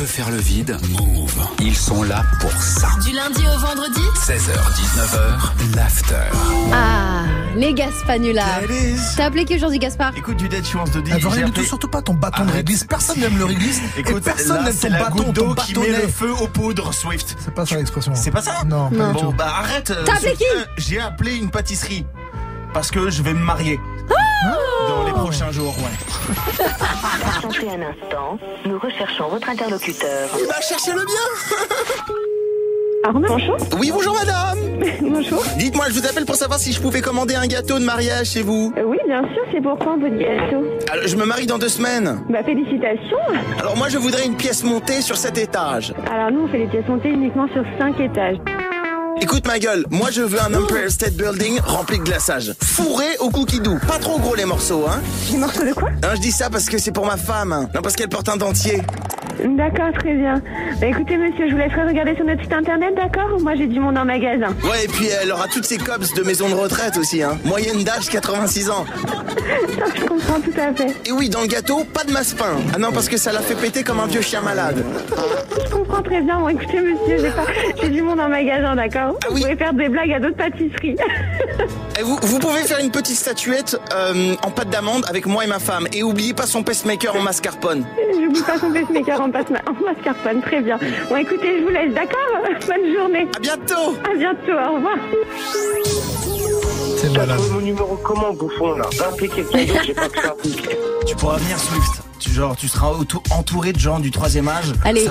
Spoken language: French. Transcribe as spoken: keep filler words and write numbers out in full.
veut faire le vide, Move. Ils sont là pour ça. Du lundi au vendredi seize heures dix-neuf heures, l'after. Ah, les Gaspanulars. T'as appelé qui aujourd'hui, Gaspard? Écoute, du Dead Chance de D. Elle veut rien du tout, surtout pas ton bâton de réglisse. Personne n'aime le réglisse. Écoute, et personne là, n'aime c'est ton la bâton, goutte ton d'eau qui bâtonnet. met le feu aux poudres, Swift. C'est pas ça l'expression. C'est pas ça? Non, pas Non. du Bon, tout. bah arrête. euh, T'as appelé Swift. qui? Euh, J'ai appelé une pâtisserie. Parce que je vais me marier. Dans les prochains jours, ouais. Patientez un instant, nous recherchons votre interlocuteur. Il va chercher le bien. Arnaud, bonjour. Oui, bonjour madame. Bonjour. Dites-moi, je vous appelle pour savoir si je pouvais commander un gâteau de mariage chez vous. Euh, oui, bien sûr, c'est pour quand votre gâteau? Alors, je me marie dans deux semaines. Bah, félicitations. Alors moi, je voudrais une pièce montée sur cet étage. Alors, nous, on fait les pièces montées uniquement sur cinq étages. Écoute ma gueule, moi je veux un Empire State Building rempli de glaçage. Fourré au cookie doux. Pas trop gros les morceaux, hein. Les morceaux de quoi? Non, je dis ça parce que c'est pour ma femme. Non, parce qu'elle porte un dentier. D'accord, très bien. Bah, écoutez, monsieur, je vous laisserai regarder sur notre site internet, d'accord? Moi, j'ai du monde en magasin. Ouais, et puis elle aura toutes ses cops de maison de retraite aussi, hein. Moyenne d'âge quatre-vingt-six ans. Ça, je comprends tout à fait. Et oui, dans le gâteau, pas de masse-pain. Ah non, parce que ça l'a fait péter comme un vieux chien malade. Je comprends très bien. Bon, écoutez, monsieur, j'ai pas... j'ai du monde en magasin, d'accord? Ah Vous oui. pouvez faire des blagues à d'autres pâtisseries. Et vous, vous pouvez faire une petite statuette euh, en pâte d'amande avec moi et ma femme. Et oubliez pas son pacemaker en mascarpone. J'oublie pas son pacemaker en, passe- en mascarpone, très bien. Bon, écoutez, je vous laisse, d'accord? Bonne journée. À bientôt. À bientôt, au revoir. C'est T'as malade. trouvé mon numéro comment, bouffon, là? Va appeler quelqu'un d'autre, j'ai pas que ça. Tu pourras venir Swift. Tu, genre, tu seras auto- entouré de gens du troisième âge. Allez. Ça